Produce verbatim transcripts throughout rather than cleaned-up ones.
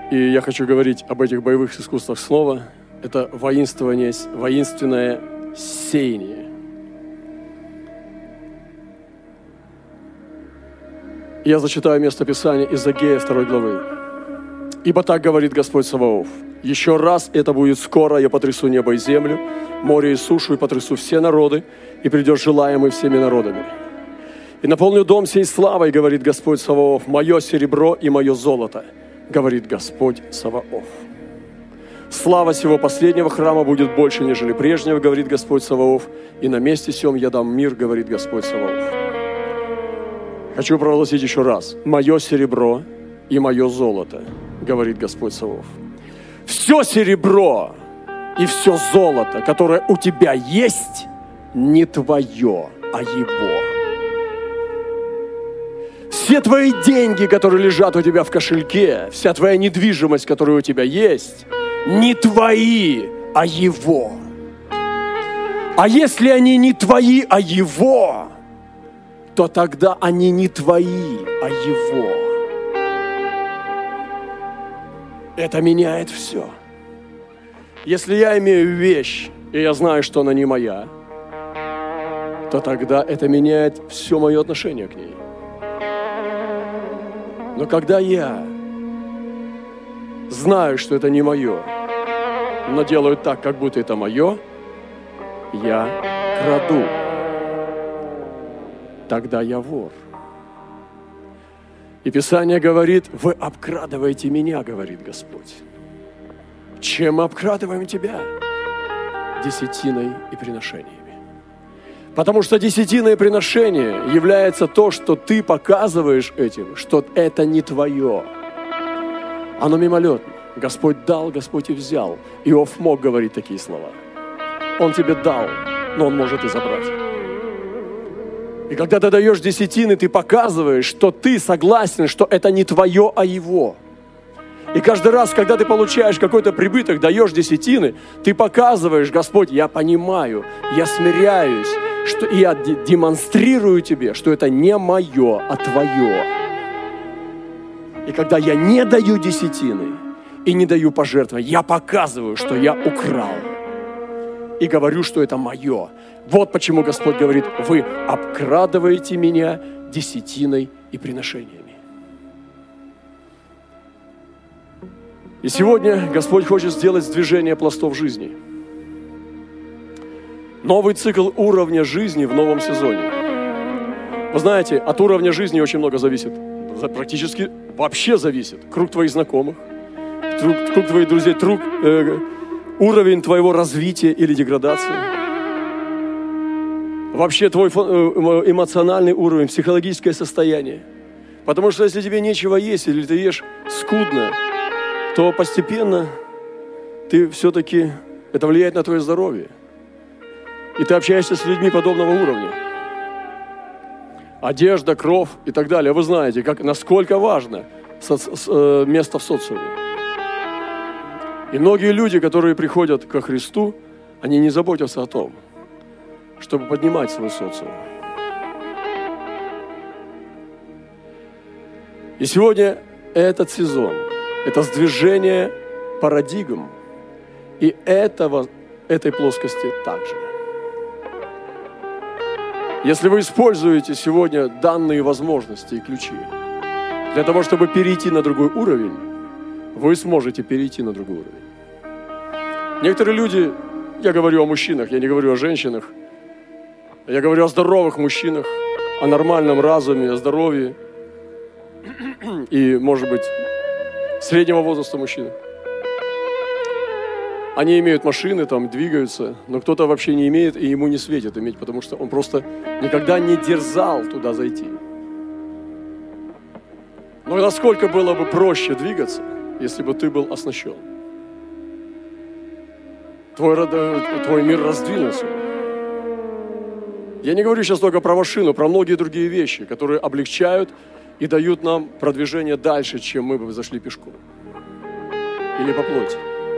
И я хочу говорить об этих боевых искусствах снова. Это воинствование, воинственное сеяние. Я зачитаю место Писания из Агея второй главы. «Ибо так говорит Господь Саваоф: еще раз это будет скоро, я потрясу небо и землю, море и сушу, и потрясу все народы, и придет желаемый всеми народами. И наполню дом сей славой, говорит Господь Саваоф, мое серебро и мое золото, говорит Господь Саваоф. Слава сего последнего храма будет больше, нежели прежнего, говорит Господь Саваоф, и на месте сем я дам мир, говорит Господь Саваоф». Хочу провозгласить еще раз. «Мое серебро и мое золото, говорит Господь Саваоф». Все серебро и все золото, которое у тебя есть, не твое, а его. Все твои деньги, которые лежат у тебя в кошельке, вся твоя недвижимость, которая у тебя есть, не твои, а его. А если они не твои, а его, то тогда они не твои, а его. Это меняет все. Если я имею вещь, и я знаю, что она не моя, то тогда это меняет все мое отношение к ней. Но когда я знаю, что это не мое, но делаю так, как будто это мое, я краду. Тогда я вор. И Писание говорит: вы обкрадываете меня, говорит Господь. Чем мы обкрадываем тебя? Десятиной и приношениями. Потому что десятина и приношение является то, что ты показываешь этим, что это не твое. Оно мимолетно. Господь дал, Господь и взял. Иов мог говорить такие слова. Он тебе дал, но он может и забрать. И когда ты даешь десятины, ты показываешь, что ты согласен, что это не твое, а его. И каждый раз, когда ты получаешь какой-то прибыток, даешь десятины, ты показываешь: Господь, я понимаю, я смиряюсь, что и я демонстрирую тебе, что это не мое, а твое. И когда я не даю десятины и не даю пожертвования, я показываю, что я украл. И говорю, что это мое. Вот почему Господь говорит: вы обкрадываете меня десятиной и приношениями. И сегодня Господь хочет сделать сдвижение пластов жизни. Новый цикл уровня жизни в новом сезоне. Вы знаете, от уровня жизни очень много зависит. Практически вообще зависит. Круг твоих знакомых, круг, круг твоих друзей, круг, э, уровень твоего развития или деградации. Вообще твой эмоциональный уровень, психологическое состояние. Потому что если тебе нечего есть или ты ешь скудно, то постепенно ты все-таки, это влияет на твое здоровье. И ты общаешься с людьми подобного уровня. Одежда, кровь и так далее. Вы знаете, как, насколько важно соци, э, место в социуме. И многие люди, которые приходят ко Христу, они не заботятся о том, чтобы поднимать свой социум. И сегодня этот сезон, это сдвижение парадигм, и этого, этой плоскости также. Если вы используете сегодня данные возможности и ключи для того, чтобы перейти на другой уровень, вы сможете перейти на другой уровень. Некоторые люди, я говорю о мужчинах, я не говорю о женщинах, я говорю о здоровых мужчинах, о нормальном разуме, о здоровье и, может быть, среднего возраста мужчины. Они имеют машины, там двигаются, но кто-то вообще не имеет, и ему не светит иметь, потому что он просто никогда не дерзал туда зайти. Но насколько было бы проще двигаться, если бы ты был оснащен? Твой, твой мир раздвинулся. Я не говорю сейчас только про машину, про многие другие вещи, которые облегчают и дают нам продвижение дальше, чем мы бы зашли пешком. Или по плоти.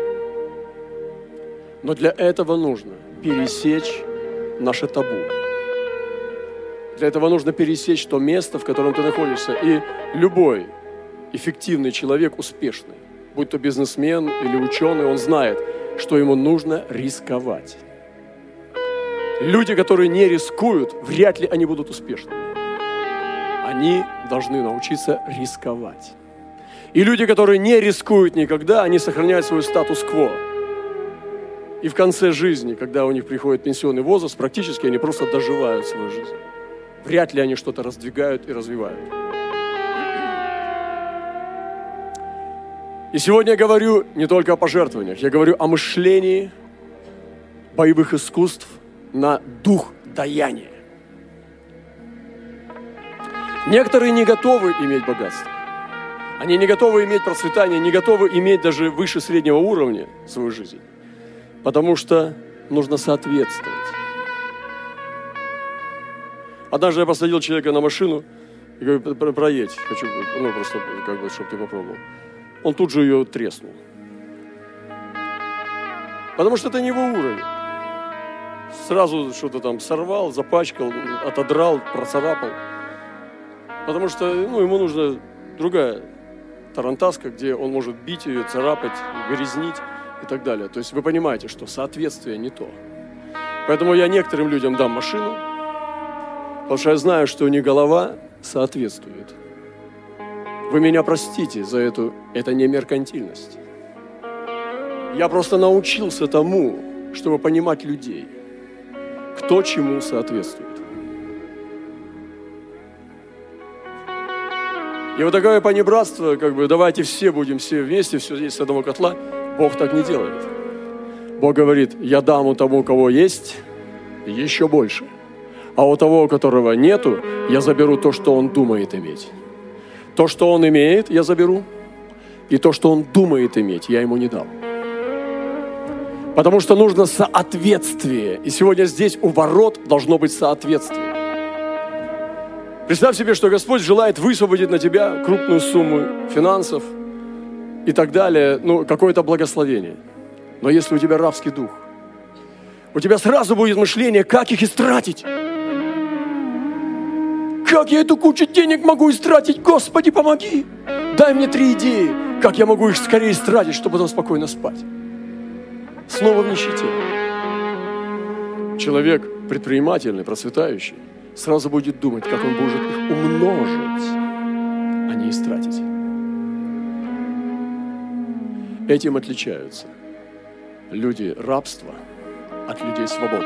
Но для этого нужно пересечь наше табу. Для этого нужно пересечь то место, в котором ты находишься. И любой эффективный человек, успешный, будь то бизнесмен или ученый, он знает, что ему нужно рисковать. Люди, которые не рискуют, вряд ли они будут успешными. Они должны научиться рисковать. И люди, которые не рискуют никогда, они сохраняют свой статус-кво. И в конце жизни, когда у них приходит пенсионный возраст, практически они просто доживают свою жизнь. Вряд ли они что-то раздвигают и развивают. И сегодня я говорю не только о пожертвованиях, я говорю о мышлении боевых искусств на дух даяния. Некоторые не готовы иметь богатство. Они не готовы иметь процветание, не готовы иметь даже выше среднего уровня свою жизнь. Потому что нужно соответствовать. Однажды я посадил человека на машину и говорю, проедь, хочу, ну просто, как бы, чтобы ты попробовал. Он тут же ее треснул. Потому что это не его уровень. Сразу что-то там сорвал, запачкал, отодрал, процарапал. Потому что ну, ему нужна другая тарантаска, где он может бить ее, царапать, грязнить и так далее. То есть вы понимаете, что соответствие не то. Поэтому я некоторым людям дам машину, потому что я знаю, что у них голова соответствует. Вы меня простите за эту, это не меркантильность. Я просто научился тому, чтобы понимать людей, кто чему соответствует. И вот такое понебратство, как бы, давайте все будем все вместе, все есть с одного котла, Бог так не делает. Бог говорит, я дам у того, у кого есть, еще больше. А у того, у которого нету, я заберу то, что он думает иметь. То, что он имеет, я заберу. И то, что он думает иметь, я ему не дам. Потому что нужно соответствие. И сегодня здесь у ворот должно быть соответствие. Представь себе, что Господь желает высвободить на тебя крупную сумму финансов и так далее, ну, какое-то благословение. Но если у тебя рабский дух, у тебя сразу будет мышление, как их истратить. Как я эту кучу денег могу истратить? Господи, помоги! Дай мне три идеи, как я могу их скорее истратить, чтобы потом спокойно спать. Снова в нищете. Человек предпринимательный, процветающий, сразу будет думать, как он может их умножить, а не истратить. Этим отличаются люди рабства от людей свободы.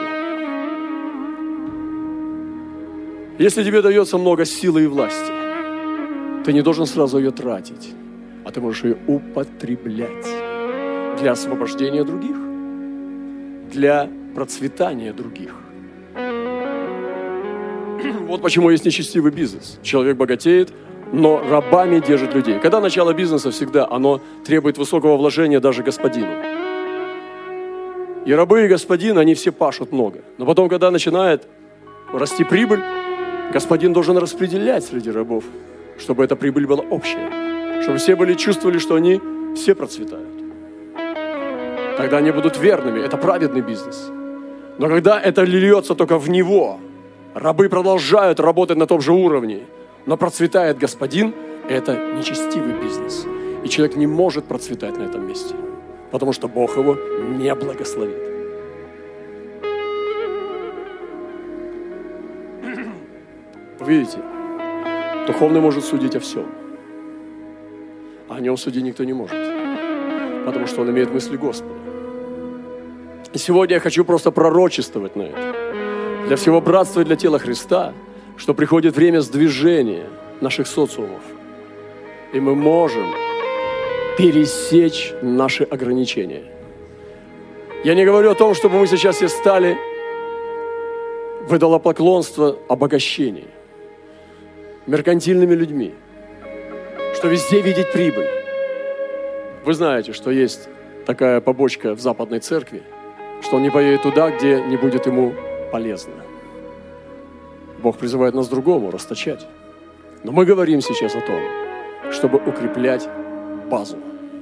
Если тебе дается много силы и власти, ты не должен сразу ее тратить, а ты можешь ее употреблять для освобождения других, для процветания других. Вот почему есть нечестивый бизнес. Человек богатеет, но рабами держит людей. Когда начало бизнеса, всегда оно требует высокого вложения даже господину. И рабы, и господин, они все пашут много. Но потом, когда начинает расти прибыль, господин должен распределять среди рабов, чтобы эта прибыль была общая. Чтобы все были, чувствовали, что они все процветают. Тогда они будут верными. Это праведный бизнес. Но когда это льется только в него, рабы продолжают работать на том же уровне, но процветает господин, это нечестивый бизнес. И человек не может процветать на этом месте, потому что Бог его не благословит. Видите, духовный может судить о всем, а о нем судить никто не может, потому что он имеет мысли Господа. И сегодня я хочу просто пророчествовать на это. Для всего братства и для тела Христа, что приходит время сдвижения наших социумов. И мы можем пересечь наши ограничения. Я не говорю о том, чтобы мы сейчас все стали в идолопоклонство обогащения, меркантильными людьми, что везде видеть прибыль. Вы знаете, что есть такая побочка в западной церкви, что он не поедет туда, где не будет ему полезно. Бог призывает нас к другому, расточать. Но мы говорим сейчас о том, чтобы укреплять базу.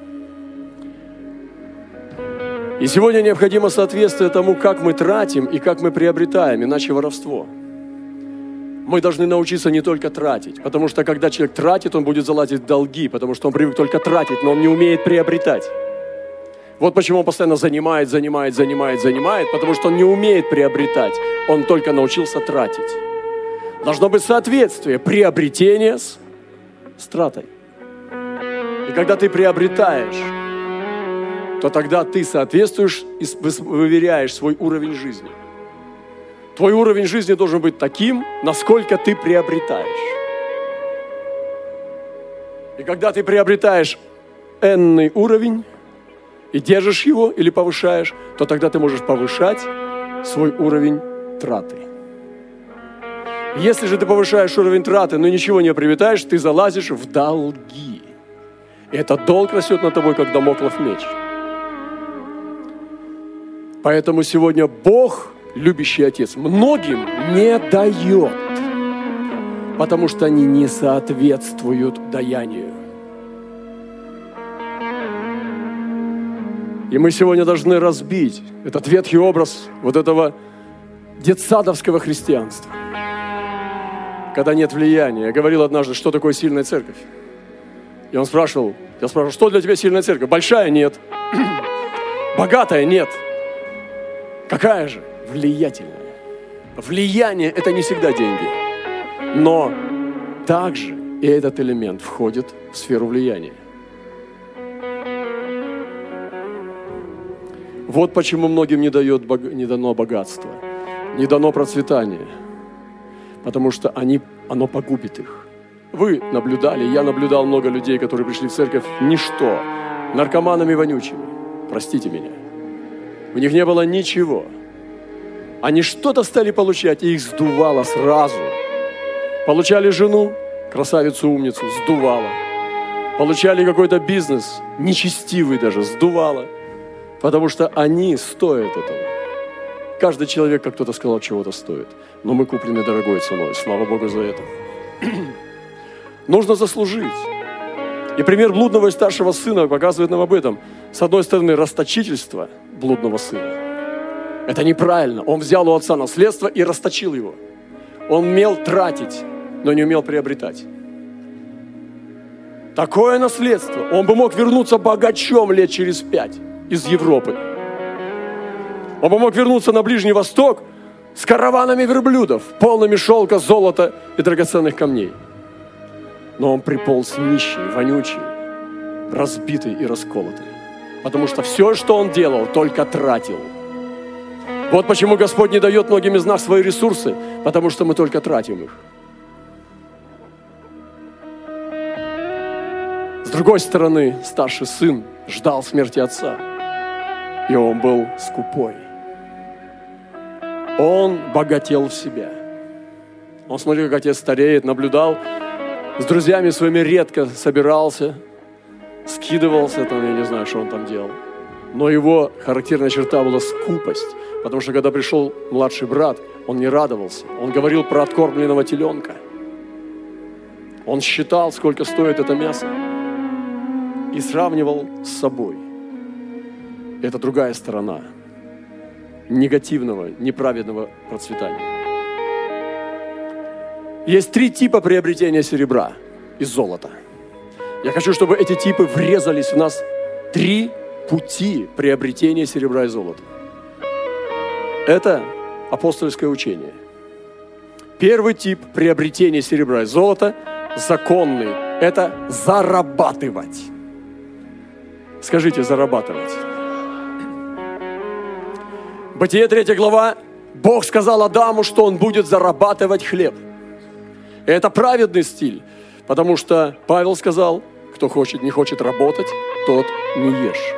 И сегодня необходимо соответствие тому, как мы тратим и как мы приобретаем, иначе воровство. Мы должны научиться не только тратить, потому что когда человек тратит, он будет залазить в долги, потому что он привык только тратить, но он не умеет приобретать. Вот почему он постоянно занимает, занимает, занимает, занимает, потому что он не умеет приобретать, он только научился тратить. Должно быть соответствие приобретения с, с тратой. И когда ты приобретаешь, то тогда ты соответствуешь и выверяешь свой уровень жизни. Твой уровень жизни должен быть таким, насколько ты приобретаешь. И когда ты приобретаешь энный уровень и держишь его или повышаешь, то тогда ты можешь повышать свой уровень траты. Если же ты повышаешь уровень траты, но ничего не приобретаешь, ты залазишь в долги. И этот долг растет над тобой, как дамоклов меч. Поэтому сегодня Бог, любящий Отец, многим не дает, потому что они не соответствуют даянию. И мы сегодня должны разбить этот ветхий образ вот этого детсадовского христианства, когда нет влияния. Я говорил однажды, что такое сильная церковь. И он спрашивал, я спрашивал, что для тебя сильная церковь? Большая? Нет. Богатая? Нет. Какая же? Влиятельная. Влияние – это не всегда деньги. Но также и этот элемент входит в сферу влияния. Вот почему многим не, дает, не дано богатство, не дано процветание. Потому что они, оно погубит их. Вы наблюдали, я наблюдал много людей, которые пришли в церковь ничто, наркоманами вонючими. Простите меня. У них не было ничего. Они что-то стали получать, и их сдувало сразу. Получали жену, красавицу-умницу, сдувало. Получали какой-то бизнес, нечестивый даже, сдувало. Потому что они стоят этого. Каждый человек, как кто-то сказал, чего-то стоит. Но мы куплены дорогой ценой. Слава Богу за это. Нужно заслужить. И пример блудного и старшего сына показывает нам об этом. С одной стороны, расточительство блудного сына. Это неправильно. Он взял у отца наследство и расточил его. Он умел тратить, но не умел приобретать. Такое наследство. Он бы мог вернуться богачом лет через пять из Европы. Он бы мог вернуться на Ближний Восток с караванами верблюдов, полными шелка, золота и драгоценных камней. Но он приполз нищий, вонючий, разбитый и расколотый. Потому что все, что он делал, только тратил. Вот почему Господь не дает многим из нас свои ресурсы, потому что мы только тратим их. С другой стороны, старший сын ждал смерти отца, и он был скупой. Он богател в себя. Он смотрел, как отец стареет, наблюдал, с друзьями своими редко собирался, скидывался, там, я не знаю, что он там делал. Но его характерная черта была скупость, потому что когда пришел младший брат, он не радовался. Он говорил про откормленного теленка. Он считал, сколько стоит это мясо, и сравнивал с собой. Это другая сторона негативного, неправедного процветания. Есть три типа приобретения серебра и золота. Я хочу, чтобы эти типы врезались в нас. Три пути приобретения серебра и золота. Это апостольское учение. Первый тип приобретения серебра и золота законный. Это зарабатывать. Скажите, зарабатывать. Бытие третья глава. Бог сказал Адаму, что он будет зарабатывать хлеб. Это праведный стиль, потому что Павел сказал, кто хочет, не хочет работать, тот не ешь.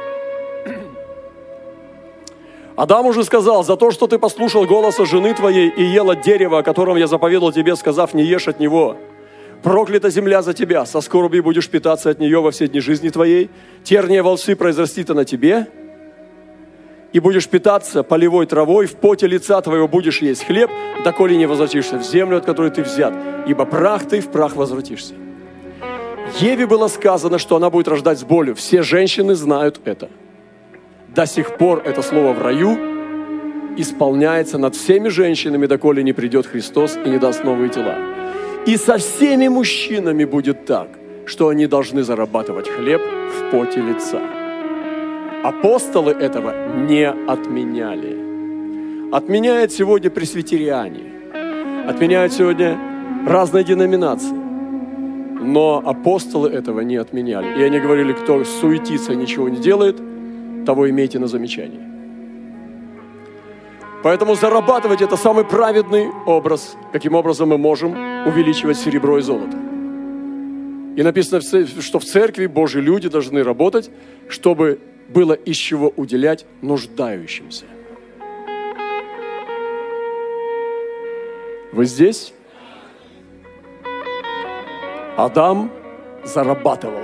Адам уже сказал, за то, что ты послушал голоса жены твоей и ел от дерева, о котором я заповедал тебе, сказав, не ешь от него. Проклята земля за тебя, со скорбью будешь питаться от нее во все дни жизни твоей. Терния волцы произрастит на тебе, и будешь питаться полевой травой, в поте лица твоего будешь есть хлеб, доколе не возвратишься в землю, от которой ты взят, ибо прах ты в прах возвратишься. Еве было сказано, что она будет рождать с болью. Все женщины знают это. До сих пор это слово в раю исполняется над всеми женщинами, доколе не придет Христос и не даст новые тела. И со всеми мужчинами будет так, что они должны зарабатывать хлеб в поте лица. Апостолы этого не отменяли. Отменяют сегодня пресвитериане, отменяют сегодня разные деноминации. Но апостолы этого не отменяли. И они говорили, кто суетится и ничего не делает, того имейте на замечание. Поэтому зарабатывать – это самый праведный образ, каким образом мы можем увеличивать серебро и золото. И написано, что в церкви Божьи люди должны работать, чтобы было из чего уделять нуждающимся. Вы здесь? Адам зарабатывал.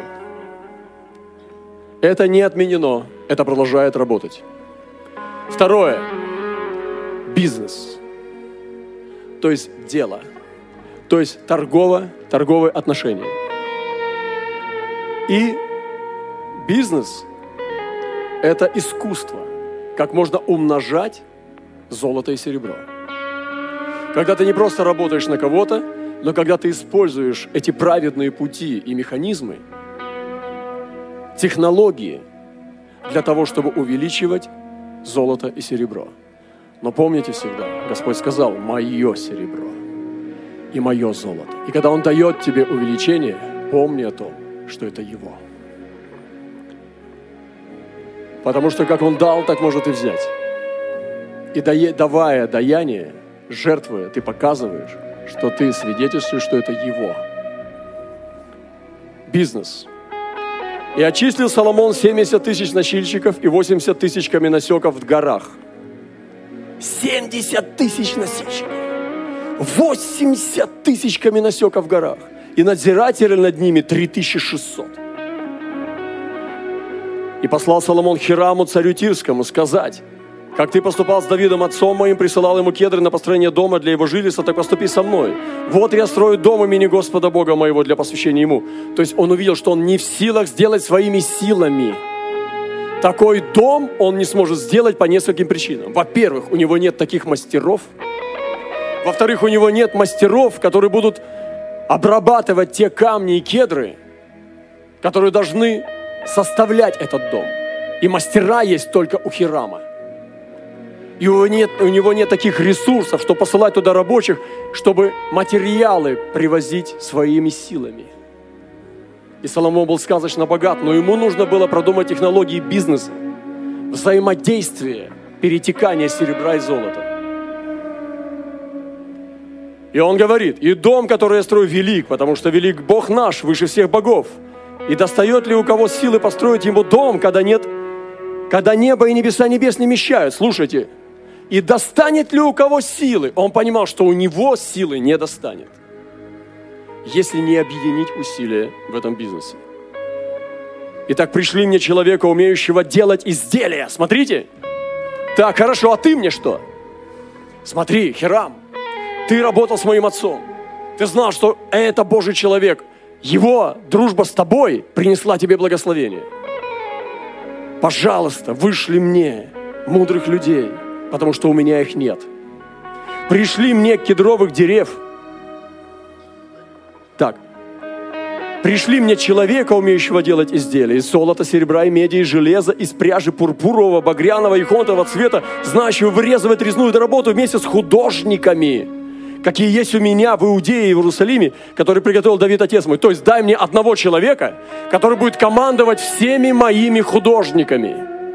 Это не отменено, это продолжает работать. Второе. Бизнес. То есть дело. То есть торгово, торговые отношения. И бизнес – это искусство, как можно умножать золото и серебро. Когда ты не просто работаешь на кого-то, но когда ты используешь эти праведные пути и механизмы, технологии для того, чтобы увеличивать золото и серебро. Но помните всегда, Господь сказал, мое серебро и мое золото. И когда Он дает тебе увеличение, помни о том, что это Его. Потому что как Он дал, так может и взять. И давая даяние, жертвуя, ты показываешь, что ты свидетельствуешь, что это Его. Бизнес. И очистил Соломон семьдесят тысяч носильщиков и восемьдесят тысяч каменосеков в горах. семьдесят тысяч носильщиков. восемьдесят тысяч каменосеков в горах. И надзиратели над ними три тысячи шестьсот. И послал Соломон Хираму, царю Тирскому, сказать, как ты поступал с Давидом, отцом моим, присылал ему кедры на построение дома для его жилища, так поступи со мной. Вот я строю дом имени Господа Бога моего для посвящения ему. То есть он увидел, что он не в силах сделать своими силами. Такой дом он не сможет сделать по нескольким причинам. Во-первых, у него нет таких мастеров. Во-вторых, у него нет мастеров, которые будут обрабатывать те камни и кедры, которые должны составлять этот дом. И мастера есть только у Хирама. И у него нет, у него нет таких ресурсов, что посылать туда рабочих, чтобы материалы привозить своими силами. И Соломон был сказочно богат, но ему нужно было продумать технологии бизнеса, взаимодействия, перетекания серебра и золота. И он говорит, и дом, который я строю, велик, потому что велик Бог наш, выше всех богов. И достает ли у кого силы построить ему дом, когда нет, когда небо и небеса небес не вмещают? Слушайте. И достанет ли у кого силы? Он понимал, что у него силы не достанет, если не объединить усилия в этом бизнесе. Итак, пришли мне человека, умеющего делать изделия. Смотрите. Так, хорошо, а ты мне что? Смотри, Хирам, ты работал с моим отцом. Ты знал, что это Божий человек. Его дружба с тобой принесла тебе благословение. Пожалуйста, вышли мне мудрых людей, потому что у меня их нет. Пришли мне кедровых дерев. Так. Пришли мне человека, умеющего делать изделия из золота, серебра и меди, и железа, из пряжи пурпурового, багряного и хонтового цвета, знающего вырезывать резную работу вместе с художниками, какие есть у меня в Иудее и в Иерусалиме, который приготовил Давид, отец мой. То есть дай мне одного человека, который будет командовать всеми моими художниками.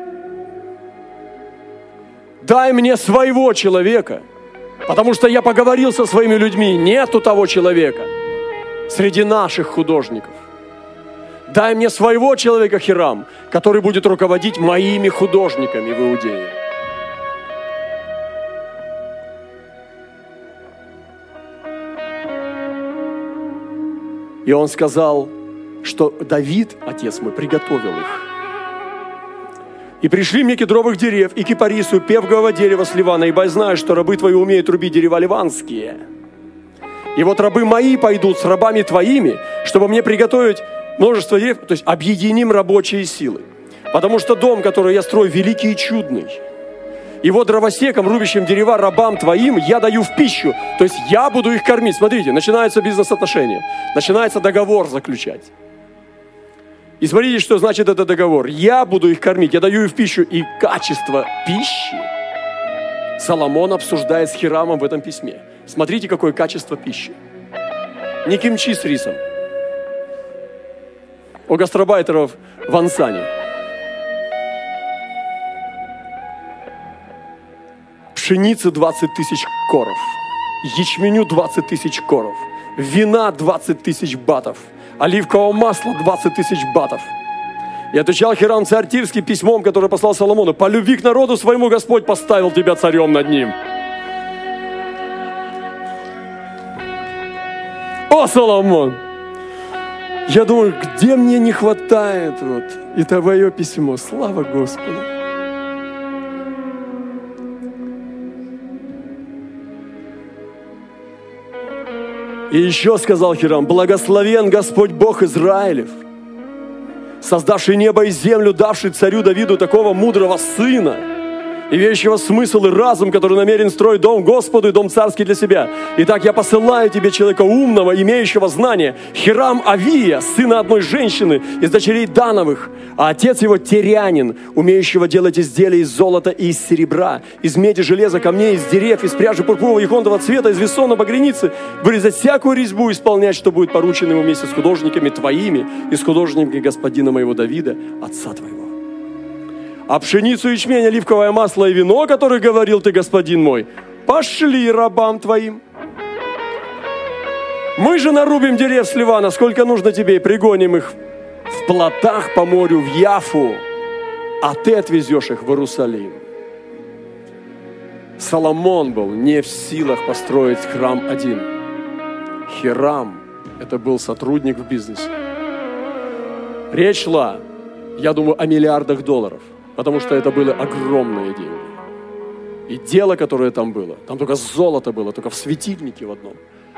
Дай мне своего человека, потому что я поговорил со своими людьми. Нету того человека среди наших художников. Дай мне своего человека, Хирам, который будет руководить моими художниками в Иудее. И он сказал, что Давид, отец мой, приготовил их. И пришли мне кедровых дерев, и кипарису, певгового дерева с Ливана, ибо я знаю, что рабы твои умеют рубить дерева ливанские. И вот рабы мои пойдут с рабами твоими, чтобы мне приготовить множество дерев, то есть объединим рабочие силы. Потому что дом, который я строю, великий и чудный. И вот дровосекам, рубящим дерева рабам твоим, я даю в пищу. То есть я буду их кормить. Смотрите, начинаются бизнес-отношения. Начинается договор заключать. И смотрите, что значит этот договор. Я буду их кормить, я даю их в пищу. И качество пищи Соломон обсуждает с Хирамом в этом письме. Смотрите, какое качество пищи. Не кимчи с рисом. У гастробайтеров в Ансане. Пшеницы двадцать тысяч коров. Ячменю двадцать тысяч коров. Вина двадцать тысяч батов. Оливкового масла двадцать тысяч батов. И отвечал Хирам царь Тирский письмом, которое послал Соломону: по любви к народу своему Господь поставил тебя царем над ним. О, Соломон! Я думаю, где мне не хватает вот и твое письмо. Слава Господу! И еще сказал Хирам: благословен Господь Бог Израилев, создавший небо и землю, давший царю Давиду такого мудрого сына, имеющего смысл и разум, который намерен строить дом Господу и дом царский для себя. Итак, я посылаю тебе человека умного, имеющего знания, Хирам Авия, сына одной женщины из дочерей Дановых, а отец его Терянин, умеющего делать изделия из золота и из серебра, из меди, железа, камней, из дерев, из пряжи пурпурового и хонтового цвета, из весона, багряницы, вырезать всякую резьбу, исполнять, что будет поручено ему вместе с художниками твоими и с художниками господина моего Давида, отца твоего. А пшеницу, ячмень, оливковое масло и вино, о которых говорил ты, господин мой, пошли рабам твоим. Мы же нарубим дерев с Ливана, сколько нужно тебе, и пригоним их в плотах по морю в Яфу, а ты отвезешь их в Иерусалим. Соломон был не в силах построить храм один. Хирам – это был сотрудник в бизнесе. Речь шла, я думаю, о миллиардах долларов. Потому что это были огромные деньги. И дело, которое там было, там только золото было, только в светильнике в одном.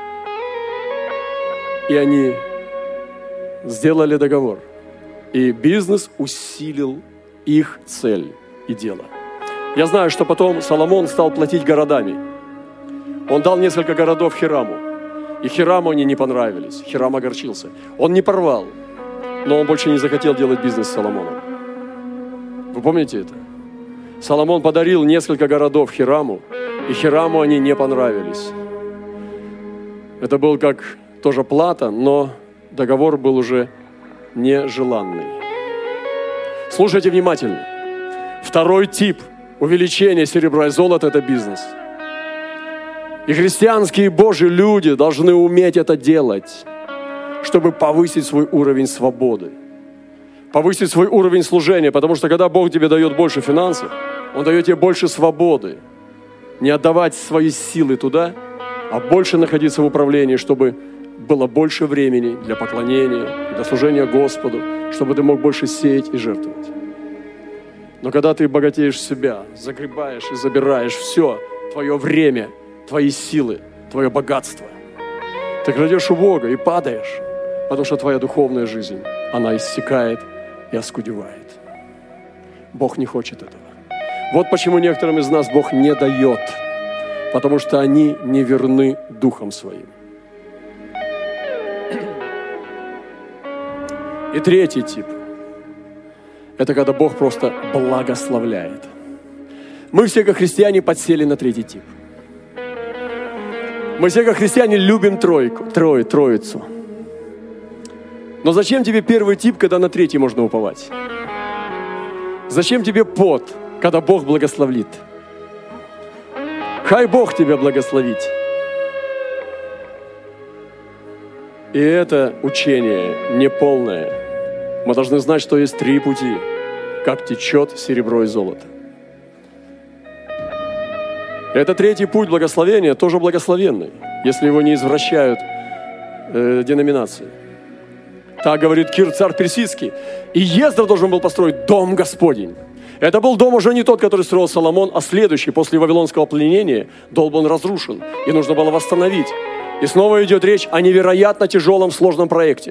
И они сделали договор. И бизнес усилил их цель и дело. Я знаю, что потом Соломон стал платить городами. Он дал несколько городов Хираму. И Хираму они не понравились. Хирам огорчился. Он не порвал, но он больше не захотел делать бизнес с Соломоном. Вы помните это? Соломон подарил несколько городов Хираму, и Хираму они не понравились. Это был как тоже плата, но договор был уже нежеланный. Слушайте внимательно. Второй тип увеличения серебра и золота – это бизнес. И христианские Божьи люди должны уметь это делать, чтобы повысить свой уровень свободы. Повысить свой уровень служения, потому что когда Бог тебе дает больше финансов, Он дает тебе больше свободы. Не отдавать свои силы туда, а больше находиться в управлении, чтобы было больше времени для поклонения, для служения Господу, чтобы ты мог больше сеять и жертвовать. Но когда ты богатеешь в себя, загребаешь и забираешь все, твое время, твои силы, твое богатство, ты крадешь у Бога и падаешь, потому что твоя духовная жизнь, она иссякает и оскудевает. Бог не хочет этого. Вот почему некоторым из нас Бог не дает, потому что они не верны духом своим. И третий тип – это когда Бог просто благословляет. Мы все, как христиане, подсели на третий тип. Мы все, как христиане, любим тройку, трое, троицу. Но зачем тебе первый тип, когда на третий можно уповать? Зачем тебе пот, когда Бог благословит? Хай Бог тебя благословит. И это учение неполное. Мы должны знать, что есть три пути, как течет серебро и золото. Это третий путь благословения, тоже благословенный, если его не извращают э, деноминации. Так говорит Кир, царь персидский. И Ездра должен был построить дом Господень. Это был дом уже не тот, который строил Соломон, а следующий, после вавилонского пленения, дом был разрушен, и нужно было восстановить. И снова идет речь о невероятно тяжелом, сложном проекте.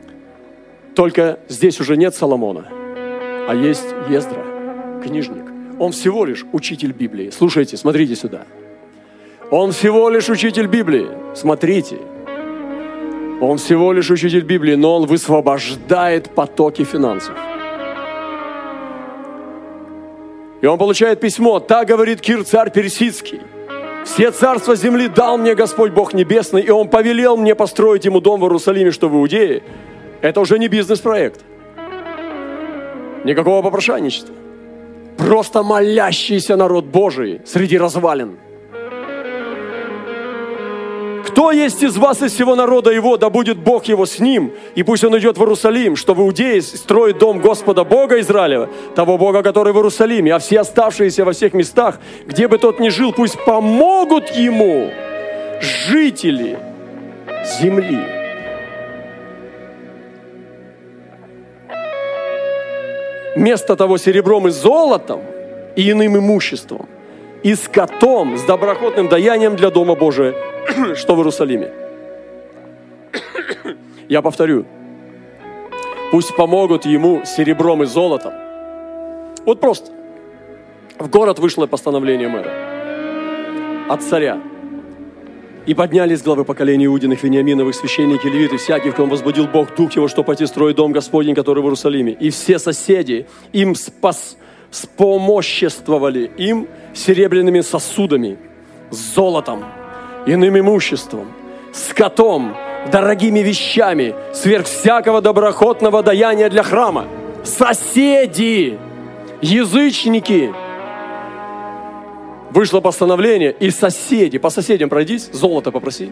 Только здесь уже нет Соломона, а есть Ездра, книжник. Он всего лишь учитель Библии. Слушайте, смотрите сюда. Он всего лишь учитель Библии. Смотрите. Он всего лишь учитель Библии, но он высвобождает потоки финансов. И он получает письмо. Так говорит Кир, царь персидский. Все царства земли дал мне Господь Бог Небесный, и Он повелел мне построить Ему дом в Иерусалиме, что в Иудее. Это уже не бизнес-проект. Никакого попрошайничества. Просто молящийся народ Божий среди развалин. Кто есть из вас, из всего народа его, да будет Бог его с ним, и пусть он идет в Иерусалим, что в Иудее строит дом Господа Бога Израилева, того Бога, который в Иерусалиме, а все оставшиеся во всех местах, где бы тот ни жил, пусть помогут ему жители земли. Вместо того серебром и золотом и иным имуществом, и скотом с доброходным даянием для Дома Божия, что в Иерусалиме. Я повторю. Пусть помогут ему серебром и золотом. Вот просто. В город вышло постановление мэра от царя. И поднялись главы поколений Иудиных, Вениаминовых, священники, левиты, всякий, в ком возбудил Бог дух его, что пойти строить дом Господень, который в Иерусалиме. И все соседи им спас, спомоществовали им серебряными сосудами, золотом, иным имуществом, скотом, дорогими вещами, сверх всякого доброходного даяния для храма. Соседи, язычники. Вышло постановление, и соседи, по соседям пройдись, золото попроси.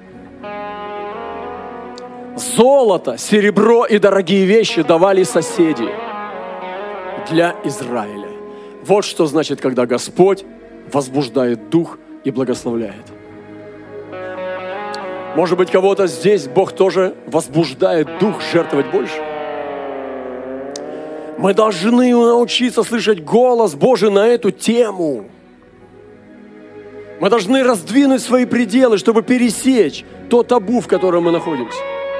Золото, серебро и дорогие вещи давали соседи для Израиля. Вот что значит, когда Господь возбуждает дух и благословляет. Может быть, кого-то здесь Бог тоже возбуждает дух жертвовать больше. Мы должны научиться слышать голос Божий на эту тему. Мы должны раздвинуть свои пределы, чтобы пересечь то табу, в котором мы находимся.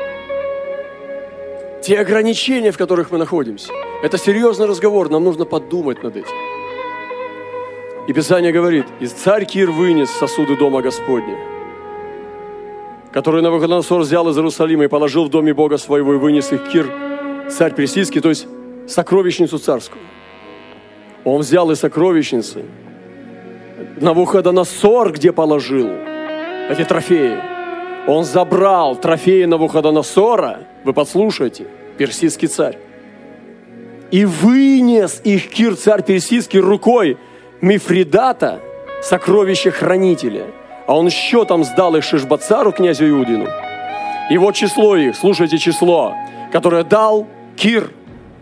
Те ограничения, в которых мы находимся. Это серьезный разговор, нам нужно подумать над этим. И Писание говорит, и царь Кир вынес сосуды дома Господня, который Навуходоносор взял из Иерусалима и положил в доме Бога своего, и вынес их Кир, царь персидский, то есть сокровищницу царскую. Он взял из сокровищницы Навуходоносор, где положил эти трофеи. Он забрал трофеи Навуходоносора, вы подслушайте, персидский царь, и вынес их Кир, царь персидский, рукой Мифридата, сокровища-хранителя. А он счетом сдал их Шишбацару, князю Иудину. И вот число их, слушайте число, которое дал Кир.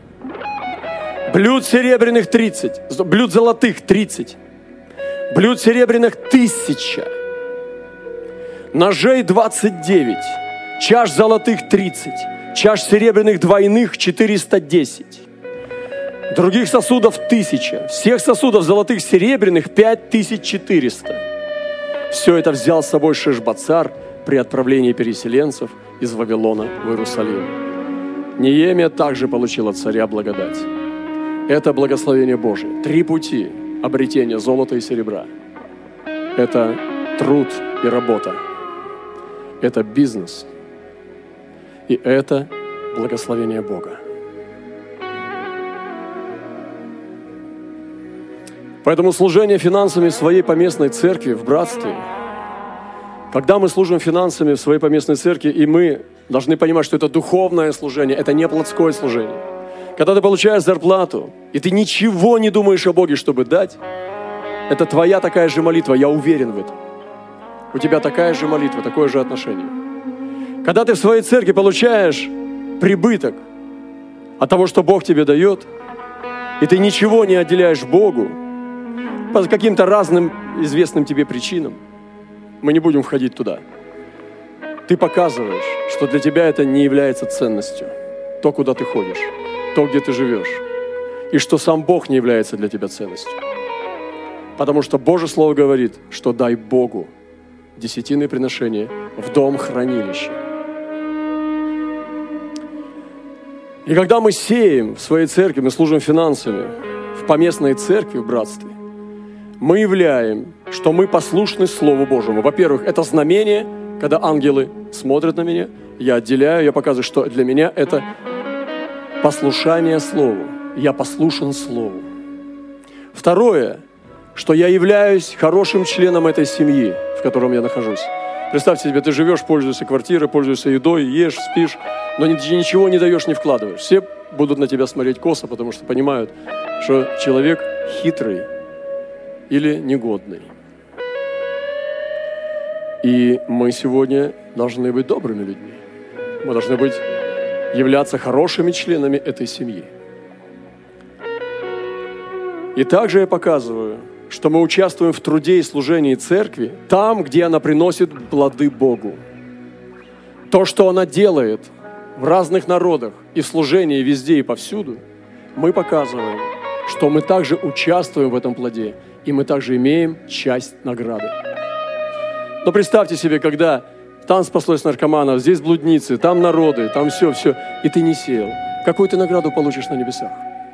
Блюд серебряных тридцать, блюд золотых тридцать, блюд серебряных тысяча, ножей двадцать девять, чаш золотых тридцать, чаш серебряных двойных четыреста десять, других сосудов тысяча, всех сосудов золотых серебряных пять тысяч четыреста. Все это взял с собой Шишбацар при отправлении переселенцев из Вавилона в Иерусалим. Неемия также получил от царя благодать. Это благословение Божие. Три пути обретения золота и серебра. Это труд и работа. Это бизнес. И это благословение Бога. Поэтому служение финансами в своей поместной церкви, в братстве, когда мы служим финансами в своей поместной церкви, и мы должны понимать, что это духовное служение, это не плотское служение. Когда ты получаешь зарплату, и ты ничего не думаешь о Боге, чтобы дать, это твоя такая же молитва, я уверен в этом. У тебя такая же молитва, такое же отношение. Когда ты в своей церкви получаешь прибыток от того, что Бог тебе дает, и ты ничего не отделяешь Богу, по каким-то разным известным тебе причинам, мы не будем входить туда. Ты показываешь, что для тебя это не является ценностью. То, куда ты ходишь, то, где ты живешь. И что сам Бог не является для тебя ценностью. Потому что Божье Слово говорит, что дай Богу десятинные приношения в дом хранилища. И когда мы сеем в своей церкви, мы служим финансами, в поместной церкви, в братстве, мы являем, что мы послушны Слову Божьему. Во-первых, это знамение, когда ангелы смотрят на меня, я отделяю, я показываю, что для меня это послушание Слову. Я послушен Слову. Второе, что я являюсь хорошим членом этой семьи, в котором я нахожусь. Представьте себе, ты живешь, пользуешься квартирой, пользуешься едой, ешь, спишь, но ничего не даешь, не вкладываешь. Все будут на тебя смотреть косо, потому что понимают, что человек хитрый или негодный. И мы сегодня должны быть добрыми людьми. Мы должны быть, являться хорошими членами этой семьи. И также я показываю, что мы участвуем в труде и служении церкви там, где она приносит плоды Богу. То, что она делает в разных народах и в служении везде и повсюду, мы показываем, что мы также участвуем в этом плоде, и мы также имеем часть награды. Но представьте себе, когда там спаслось наркоманов, здесь блудницы, там народы, там все, все, и ты не сеял. Какую ты награду получишь на небесах?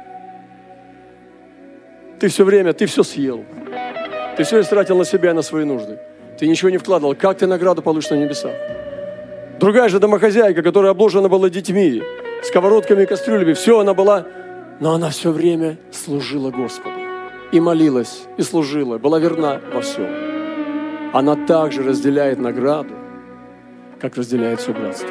Ты все время, ты все съел. Ты все истратил на себя и на свои нужды. Ты ничего не вкладывал. Как ты награду получишь на небесах? Другая же домохозяйка, которая обложена была детьми, сковородками и кастрюлями, все она была, но она все время служила Господу. И молилась, и служила, была верна во всем. Она также разделяет награду, как разделяет все братство.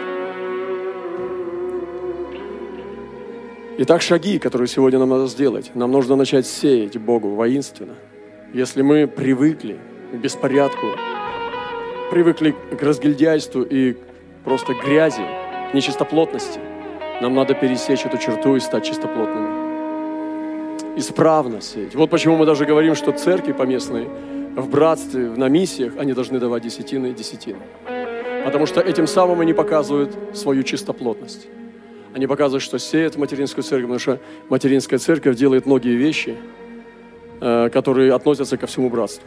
Итак, шаги, которые сегодня нам надо сделать. Нам нужно начать сеять Богу воинственно. Если мы привыкли к беспорядку, привыкли к разгильдяйству и просто к грязи, к нечистоплотности, нам надо пересечь эту черту и стать чистоплотными. Исправно сеять. Вот почему мы даже говорим, что церкви поместные в братстве, на миссиях, они должны давать десятины и десятины. Потому что этим самым они показывают свою чистоплотность. Они показывают, что сеют материнскую церковь, потому что материнская церковь делает многие вещи, которые относятся ко всему братству.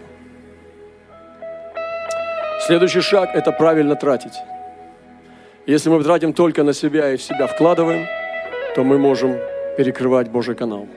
Следующий шаг – это правильно тратить. Если мы тратим только на себя и в себя вкладываем, то мы можем перекрывать Божий канал.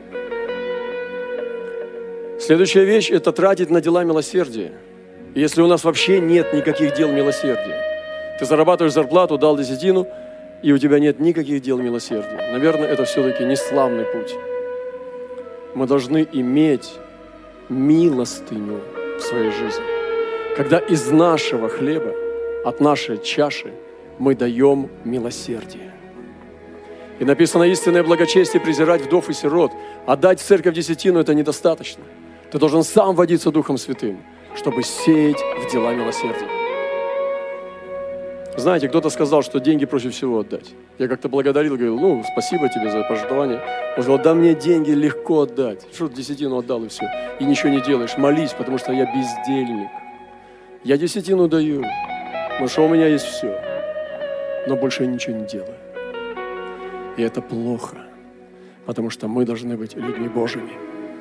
Следующая вещь – это тратить на дела милосердия. Если у нас вообще нет никаких дел милосердия, ты зарабатываешь зарплату, дал десятину, и у тебя нет никаких дел милосердия. Наверное, это все-таки не славный путь. Мы должны иметь милостыню в своей жизни. Когда из нашего хлеба, от нашей чаши, мы даем милосердие. И написано: истинное благочестие презирать вдов и сирот. Отдать в церковь десятину – это недостаточно. Ты должен сам водиться Духом Святым, чтобы сеять в дела милосердия. Знаете, кто-то сказал, что деньги проще всего отдать. Я как-то благодарил, говорил: ну, спасибо тебе за пожертвование. Он сказал: да мне деньги легко отдать. Что ты десятину отдал и все. И ничего не делаешь. Молись, потому что я бездельник. Я десятину даю, потому что у меня есть все. Но больше я ничего не делаю. И это плохо, потому что мы должны быть людьми Божьими.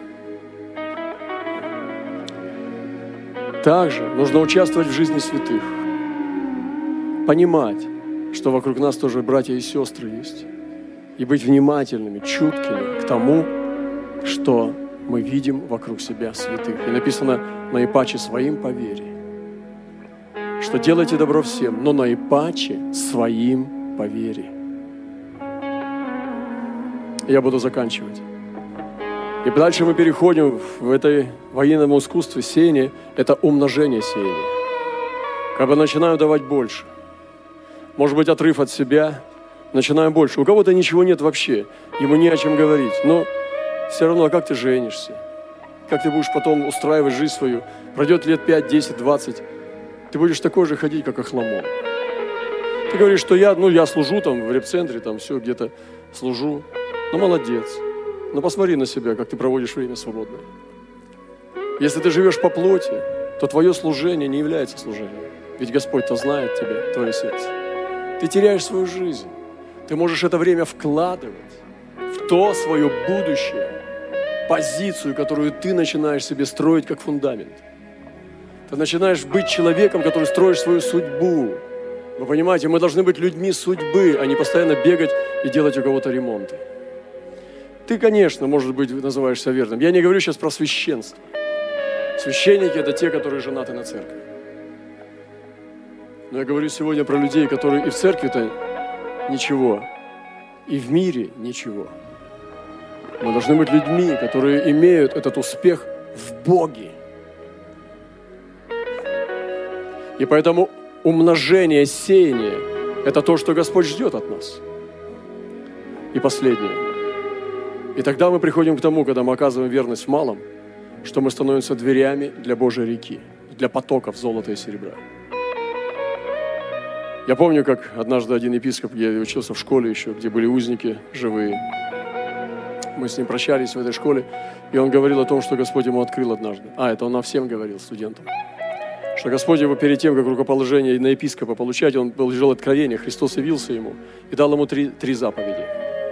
Также нужно участвовать в жизни святых. Понимать, что вокруг нас тоже братья и сестры есть. И быть внимательными, чуткими к тому, что мы видим вокруг себя святых. И написано: наипаче своим по вере. Что делайте добро всем, но наипаче своим по вере. Я буду заканчивать. И дальше мы переходим в этой военном искусстве сеяния. Это умножение сеяния. Как бы начинаю давать больше. Может быть, отрыв от себя, начинаем больше. У кого-то ничего нет вообще, ему не о чем говорить. Но все равно, как ты женишься? Как ты будешь потом устраивать жизнь свою? Пройдет лет пять, десять, двадцать. Ты будешь такой же ходить, как охламон. Ты говоришь, что я, ну, я служу там в реп-центре, там все где-то служу. Ну, молодец. Но посмотри на себя, как ты проводишь время свободное. Если ты живешь по плоти, то твое служение не является служением. Ведь Господь-то знает тебя, твое сердце. Ты теряешь свою жизнь. Ты можешь это время вкладывать в то свое будущее, позицию, которую ты начинаешь себе строить как фундамент. Ты начинаешь быть человеком, который строишь свою судьбу. Вы понимаете, мы должны быть людьми судьбы, а не постоянно бегать и делать у кого-то ремонты. ты, конечно, может быть, называешься верным. Я не говорю сейчас про священство. Священники – это те, которые женаты на церкви. Но я говорю сегодня про людей, которые и в церкви-то ничего, и в мире ничего. Мы должны быть людьми, которые имеют этот успех в Боге. И поэтому умножение, сеяние – это то, что Господь ждет от нас. И последнее. И тогда мы приходим к тому, когда мы оказываем верность в малом, что мы становимся дверями для Божьей реки, для потоков золота и серебра. Я помню, как однажды один епископ, я учился в школе еще, где были узники живые. Мы с ним прощались в этой школе, и он говорил о том, что Господь ему открыл однажды. А, это он нам всем говорил, студентам. Что Господь его перед тем, как рукоположение на епископа получать, он получил откровение, Христос явился ему и дал ему три, три заповеди.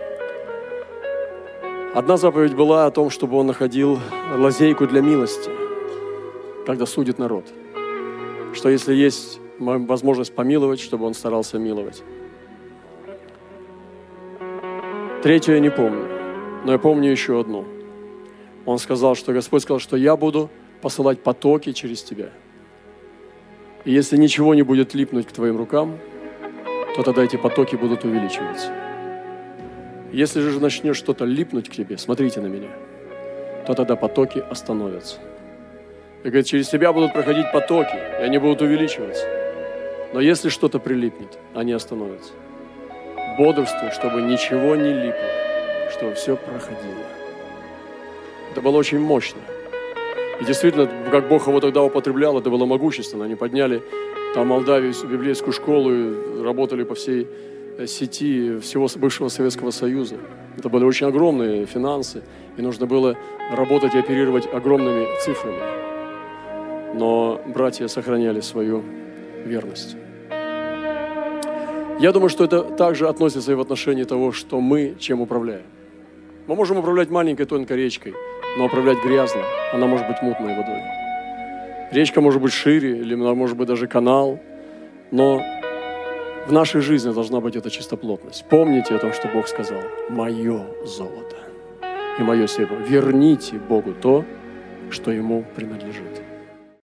Одна заповедь была о том, чтобы он находил лазейку для милости, когда судит народ. Что если есть возможность помиловать, чтобы он старался миловать. Третью я не помню, но я помню еще одну. Он сказал, что Господь сказал, что я буду посылать потоки через тебя. И если ничего не будет липнуть к твоим рукам, то тогда эти потоки будут увеличиваться. Если же начнет что-то липнуть к тебе, смотрите на меня, то тогда потоки остановятся. И говорит, через тебя будут проходить потоки, и они будут увеличиваться. Но если что-то прилипнет, они остановятся. Бодрствуй, чтобы ничего не липло, чтобы все проходило. Это было очень мощно. И действительно, как Бог его тогда употреблял, это было могущественно. Они подняли там Молдавию, библейскую школу, и работали по всей сети всего бывшего Советского Союза. Это были очень огромные финансы, и нужно было работать и оперировать огромными цифрами. Но братья сохраняли свою верность. Я думаю, что это также относится и в отношении того, что мы чем управляем. Мы можем управлять маленькой тонкой речкой, но управлять грязно, она может быть мутной водой. Речка может быть шире, или может быть даже канал, но в нашей жизни должна быть эта чистоплотность. Помните о том, что Бог сказал: «Мое золото и мое серебро». Верните Богу то, что Ему принадлежит.